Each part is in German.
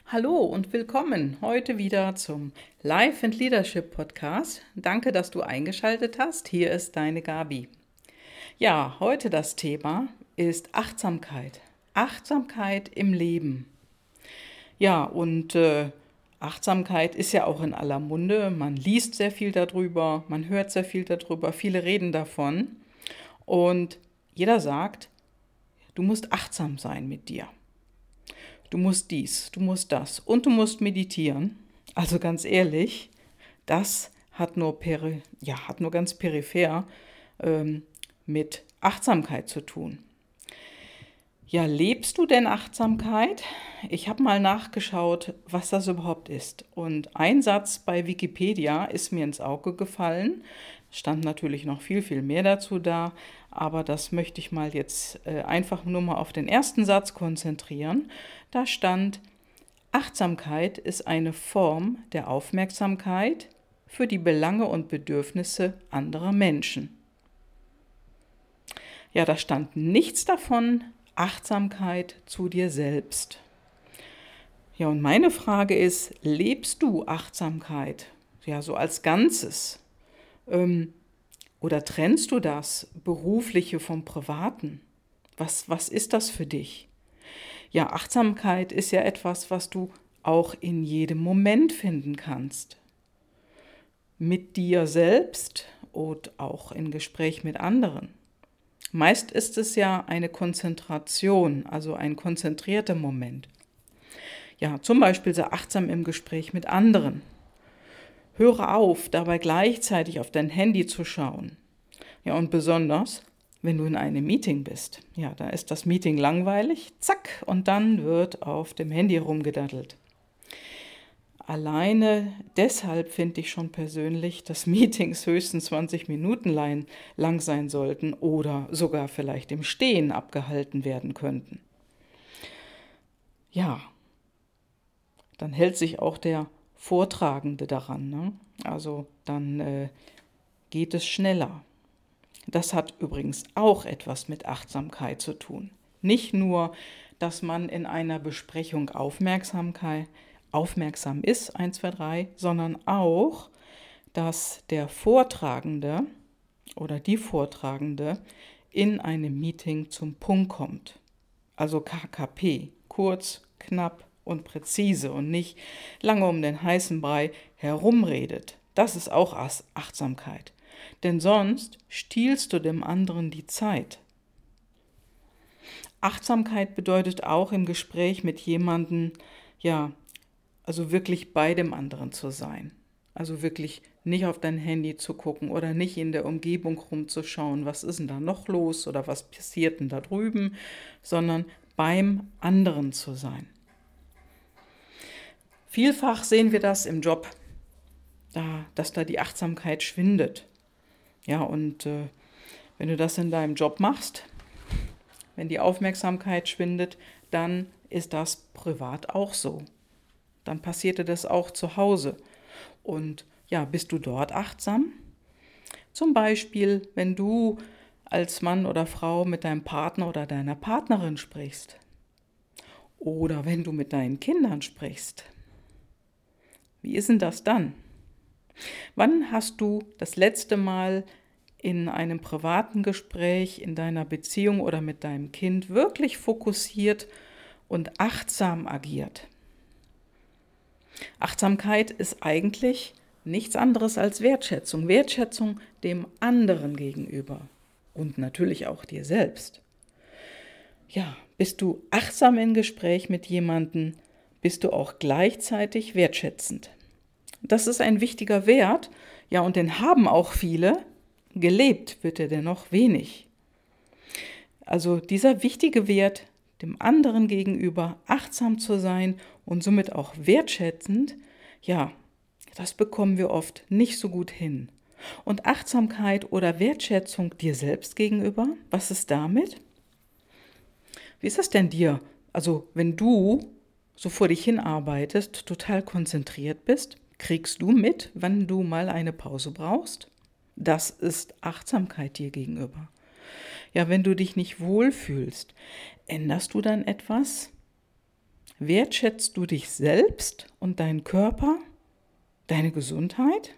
Hallo und willkommen heute wieder zum Life and Leadership Podcast. Danke, dass du eingeschaltet hast. Hier ist deine Gabi. Ja, heute das Thema ist Achtsamkeit. Achtsamkeit im Leben. Ja, und Achtsamkeit ist ja auch in aller Munde. Man liest sehr viel darüber, man hört sehr viel darüber, viele reden davon. Und jeder sagt, du musst achtsam sein mit dir. Du musst dies, du musst das und du musst meditieren. Also ganz ehrlich, das hat nur ganz peripher mit Achtsamkeit zu tun. Ja, lebst du denn Achtsamkeit? Ich habe mal nachgeschaut, was das überhaupt ist. Und ein Satz bei Wikipedia ist mir ins Auge gefallen. Stand natürlich noch viel, viel mehr dazu da, aber das möchte ich mal jetzt einfach nur mal auf den ersten Satz konzentrieren. Da stand, Achtsamkeit ist eine Form der Aufmerksamkeit für die Belange und Bedürfnisse anderer Menschen. Ja, da stand nichts davon, Achtsamkeit zu dir selbst. Ja, und meine Frage ist, lebst du Achtsamkeit? Ja, so als Ganzes? Oder trennst du das Berufliche vom Privaten? Was ist das für dich? Ja, Achtsamkeit ist ja etwas, was du auch in jedem Moment finden kannst. Mit dir selbst und auch in Gespräch mit anderen. Meist ist es ja eine Konzentration, also ein konzentrierter Moment. Ja, zum Beispiel sehr achtsam im Gespräch mit anderen. Höre auf, dabei gleichzeitig auf dein Handy zu schauen. Ja, und besonders, wenn du in einem Meeting bist. Ja, da ist das Meeting langweilig, zack, und dann wird auf dem Handy rumgedaddelt. Alleine deshalb finde ich schon persönlich, dass Meetings höchstens 20 Minuten lang sein sollten oder sogar vielleicht im Stehen abgehalten werden könnten. Ja, dann hält sich auch der Vortragende daran, ne? Also dann geht es schneller. Das hat übrigens auch etwas mit Achtsamkeit zu tun. Nicht nur, dass man in einer Besprechung aufmerksam ist, 1, 2, 3, sondern auch, dass der Vortragende oder die Vortragende in einem Meeting zum Punkt kommt. Also KKP, kurz, knapp und präzise und nicht lange um den heißen Brei herumredet. Das ist auch Achtsamkeit. Denn sonst stiehlst du dem anderen die Zeit. Achtsamkeit bedeutet auch im Gespräch mit jemandem, ja, also wirklich bei dem anderen zu sein. Also wirklich nicht auf dein Handy zu gucken oder nicht in der Umgebung rumzuschauen, was ist denn da noch los oder was passiert denn da drüben, sondern beim anderen zu sein. Vielfach sehen wir das im Job, dass da die Achtsamkeit schwindet. Ja, und wenn du das in deinem Job machst, wenn die Aufmerksamkeit schwindet, dann ist das privat auch so. Dann passierte das auch zu Hause. Und ja, bist du dort achtsam? Zum Beispiel, wenn du als Mann oder Frau mit deinem Partner oder deiner Partnerin sprichst. Oder wenn du mit deinen Kindern sprichst. Wie ist denn das dann? Wann hast du das letzte Mal in einem privaten Gespräch, in deiner Beziehung oder mit deinem Kind wirklich fokussiert und achtsam agiert? Achtsamkeit ist eigentlich nichts anderes als Wertschätzung. Wertschätzung dem anderen gegenüber und natürlich auch dir selbst. Ja, bist du achtsam im Gespräch mit jemandem, bist du auch gleichzeitig wertschätzend. Das ist ein wichtiger Wert, ja, und den haben auch viele. Gelebt wird er dennoch wenig. Also dieser wichtige Wert, dem anderen gegenüber achtsam zu sein und somit auch wertschätzend, ja, das bekommen wir oft nicht so gut hin. Und Achtsamkeit oder Wertschätzung dir selbst gegenüber, was ist damit? Wie ist das denn dir? Also wenn du so vor dich hin arbeitest, total konzentriert bist, kriegst du mit, wann du mal eine Pause brauchst? Das ist Achtsamkeit dir gegenüber. Ja, wenn du dich nicht wohlfühlst, änderst du dann etwas? Wertschätzt du dich selbst und deinen Körper, deine Gesundheit?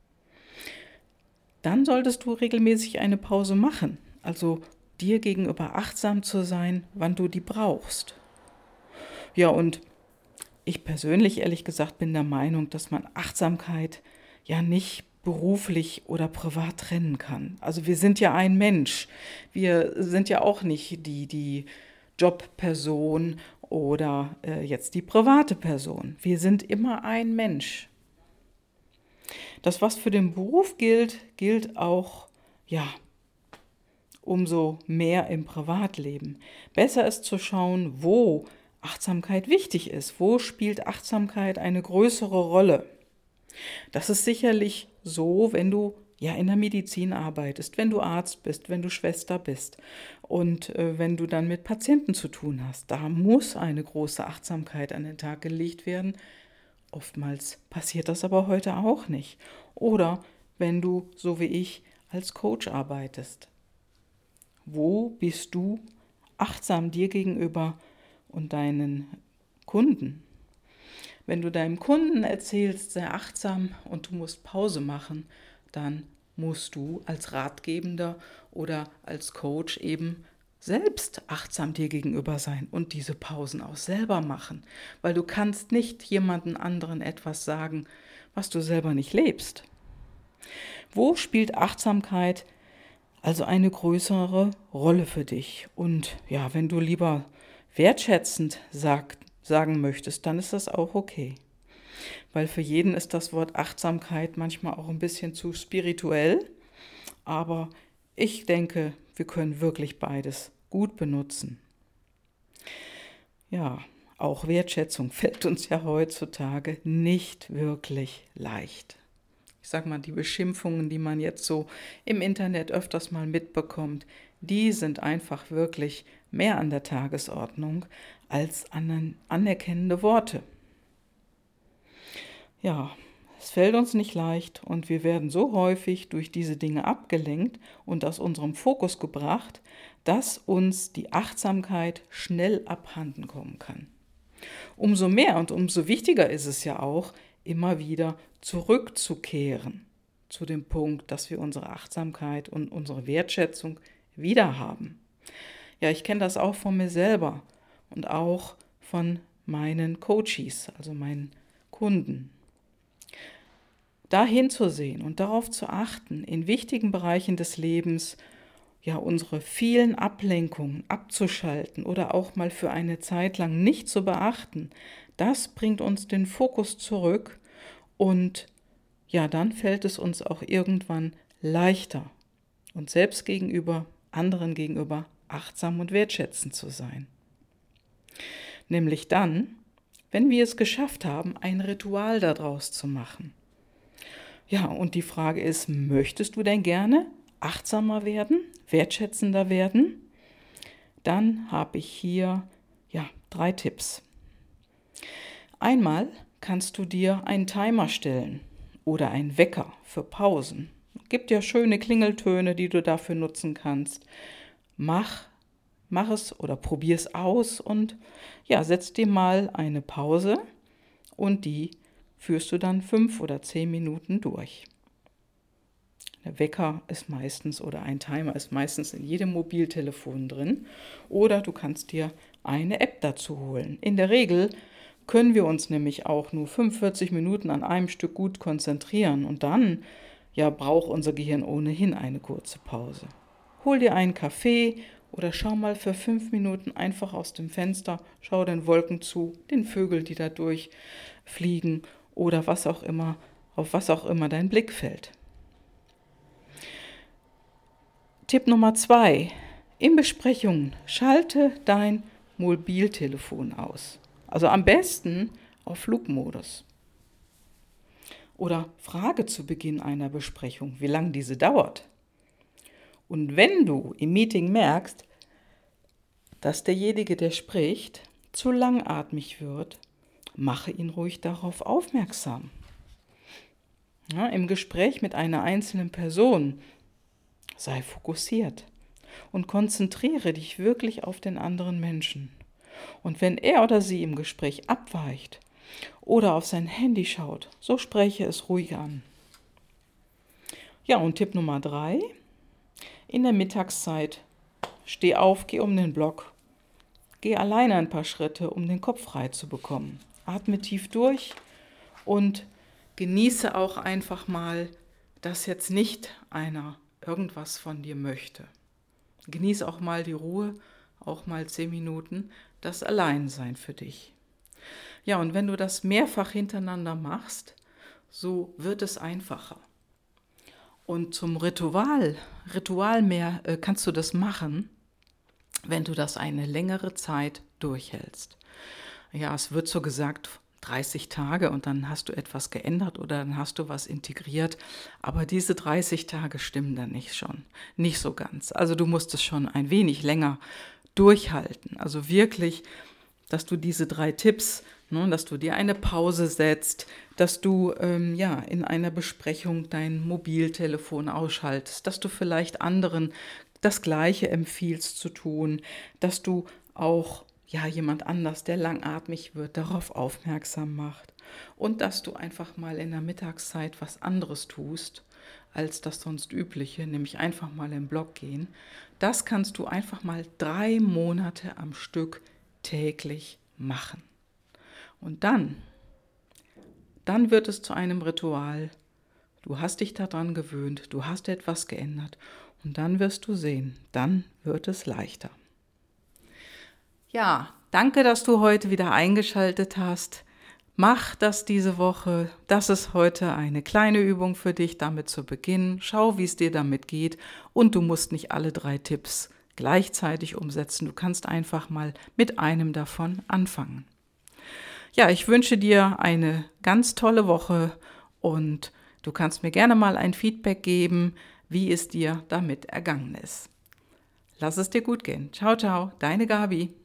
Dann solltest du regelmäßig eine Pause machen, also dir gegenüber achtsam zu sein, wann du die brauchst. Ja, und ich persönlich, ehrlich gesagt, bin der Meinung, dass man Achtsamkeit ja nicht beruflich oder privat trennen kann. Also wir sind ja ein Mensch. Wir sind ja auch nicht die Jobperson oder jetzt die private Person. Wir sind immer ein Mensch. Das, was für den Beruf gilt, gilt auch, ja, umso mehr im Privatleben. Besser ist zu schauen, wo Achtsamkeit wichtig ist. Wo spielt Achtsamkeit eine größere Rolle? Das ist sicherlich so, wenn du ja in der Medizin arbeitest, wenn du Arzt bist, wenn du Schwester bist und wenn du dann mit Patienten zu tun hast. Da muss eine große Achtsamkeit an den Tag gelegt werden. Oftmals passiert das aber heute auch nicht. Oder wenn du, so wie ich, als Coach arbeitest. Wo bist du achtsam dir gegenüber und deinen Kunden? Wenn du deinem Kunden erzählst, sei achtsam und du musst Pause machen, dann musst du als Ratgebender oder als Coach eben selbst achtsam dir gegenüber sein und diese Pausen auch selber machen, weil du kannst nicht jemanden anderen etwas sagen, was du selber nicht lebst. Wo spielt Achtsamkeit also eine größere Rolle für dich? Und ja, wenn du lieber wertschätzend sagen möchtest, dann ist das auch okay. Weil für jeden ist das Wort Achtsamkeit manchmal auch ein bisschen zu spirituell. Aber ich denke, wir können wirklich beides gut benutzen. Ja, auch Wertschätzung fällt uns ja heutzutage nicht wirklich leicht. Ich sag mal, die Beschimpfungen, die man jetzt so im Internet öfters mal mitbekommt, die sind einfach wirklich mehr an der Tagesordnung als anerkennende Worte. Ja, es fällt uns nicht leicht und wir werden so häufig durch diese Dinge abgelenkt und aus unserem Fokus gebracht, dass uns die Achtsamkeit schnell abhanden kommen kann. Umso mehr und umso wichtiger ist es ja auch, immer wieder zurückzukehren zu dem Punkt, dass wir unsere Achtsamkeit und unsere Wertschätzung wieder haben. Ja, ich kenne das auch von mir selber und auch von meinen Coaches, also meinen Kunden. Da hinzusehen und darauf zu achten, in wichtigen Bereichen des Lebens ja unsere vielen Ablenkungen abzuschalten oder auch mal für eine Zeit lang nicht zu beachten, das bringt uns den Fokus zurück und ja, dann fällt es uns auch irgendwann leichter, uns selbst gegenüber, anderen gegenüber achtsam und wertschätzend zu sein. Nämlich dann, wenn wir es geschafft haben, ein Ritual daraus zu machen. Ja, und die Frage ist, möchtest du denn gerne achtsamer werden, wertschätzender werden? Dann habe ich hier 3 Tipps. Einmal kannst du dir einen Timer stellen oder einen Wecker für Pausen. Es gibt ja schöne Klingeltöne, die du dafür nutzen kannst. Mach es oder probier es aus und setz dir mal eine Pause und die führst du dann 5 oder 10 Minuten durch. Der Wecker ist meistens oder ein Timer ist meistens in jedem Mobiltelefon drin oder du kannst dir eine App dazu holen. In der Regel können wir uns nämlich auch nur 45 Minuten an einem Stück gut konzentrieren und dann braucht unser Gehirn ohnehin eine kurze Pause. Hol dir einen Kaffee oder schau mal für 5 Minuten einfach aus dem Fenster, schau den Wolken zu, den Vögeln, die da durchfliegen oder auf was auch immer dein Blick fällt. Tipp Nummer 2. In Besprechungen schalte dein Mobiltelefon aus. Also am besten auf Flugmodus. Oder frage zu Beginn einer Besprechung, wie lange diese dauert. Und wenn du im Meeting merkst, dass derjenige, der spricht, zu langatmig wird, mache ihn ruhig darauf aufmerksam. Ja, im Gespräch mit einer einzelnen Person sei fokussiert und konzentriere dich wirklich auf den anderen Menschen. Und wenn er oder sie im Gespräch abweicht oder auf sein Handy schaut, so spreche es ruhig an. Ja, und Tipp Nummer 3, in der Mittagszeit steh auf, geh um den Block, geh alleine ein paar Schritte, um den Kopf frei zu bekommen. Atme tief durch und genieße auch einfach mal, dass jetzt nicht einer irgendwas von dir möchte. Genieße auch mal die Ruhe, auch mal 10 Minuten, das Alleinsein für dich. Ja, und wenn du das mehrfach hintereinander machst, so wird es einfacher. Und zum Ritual mehr kannst du das machen, wenn du das eine längere Zeit durchhältst. Ja, es wird so gesagt, 30 Tage und dann hast du etwas geändert oder dann hast du was integriert. Aber diese 30 Tage stimmen dann nicht so ganz. Also du musst es schon ein wenig länger durchhalten. Also wirklich, dass du diese 3 Tipps, dass du dir eine Pause setzt, dass du in einer Besprechung dein Mobiltelefon ausschaltest, dass du vielleicht anderen das Gleiche empfiehlst zu tun, dass du auch jemand anders, der langatmig wird, darauf aufmerksam macht und dass du einfach mal in der Mittagszeit was anderes tust als das sonst übliche, nämlich einfach mal im Block gehen. Das kannst du einfach mal 3 Monate am Stück täglich machen. Und dann wird es zu einem Ritual. Du hast dich daran gewöhnt, du hast etwas geändert und dann wirst du sehen, dann wird es leichter. Ja, danke, dass du heute wieder eingeschaltet hast. Mach das diese Woche. Das ist heute eine kleine Übung für dich, damit zu beginnen. Schau, wie es dir damit geht. Und du musst nicht alle 3 Tipps gleichzeitig umsetzen. Du kannst einfach mal mit einem davon anfangen. Ja, ich wünsche dir eine ganz tolle Woche und du kannst mir gerne mal ein Feedback geben, wie es dir damit ergangen ist. Lass es dir gut gehen. Ciao, ciao, deine Gabi.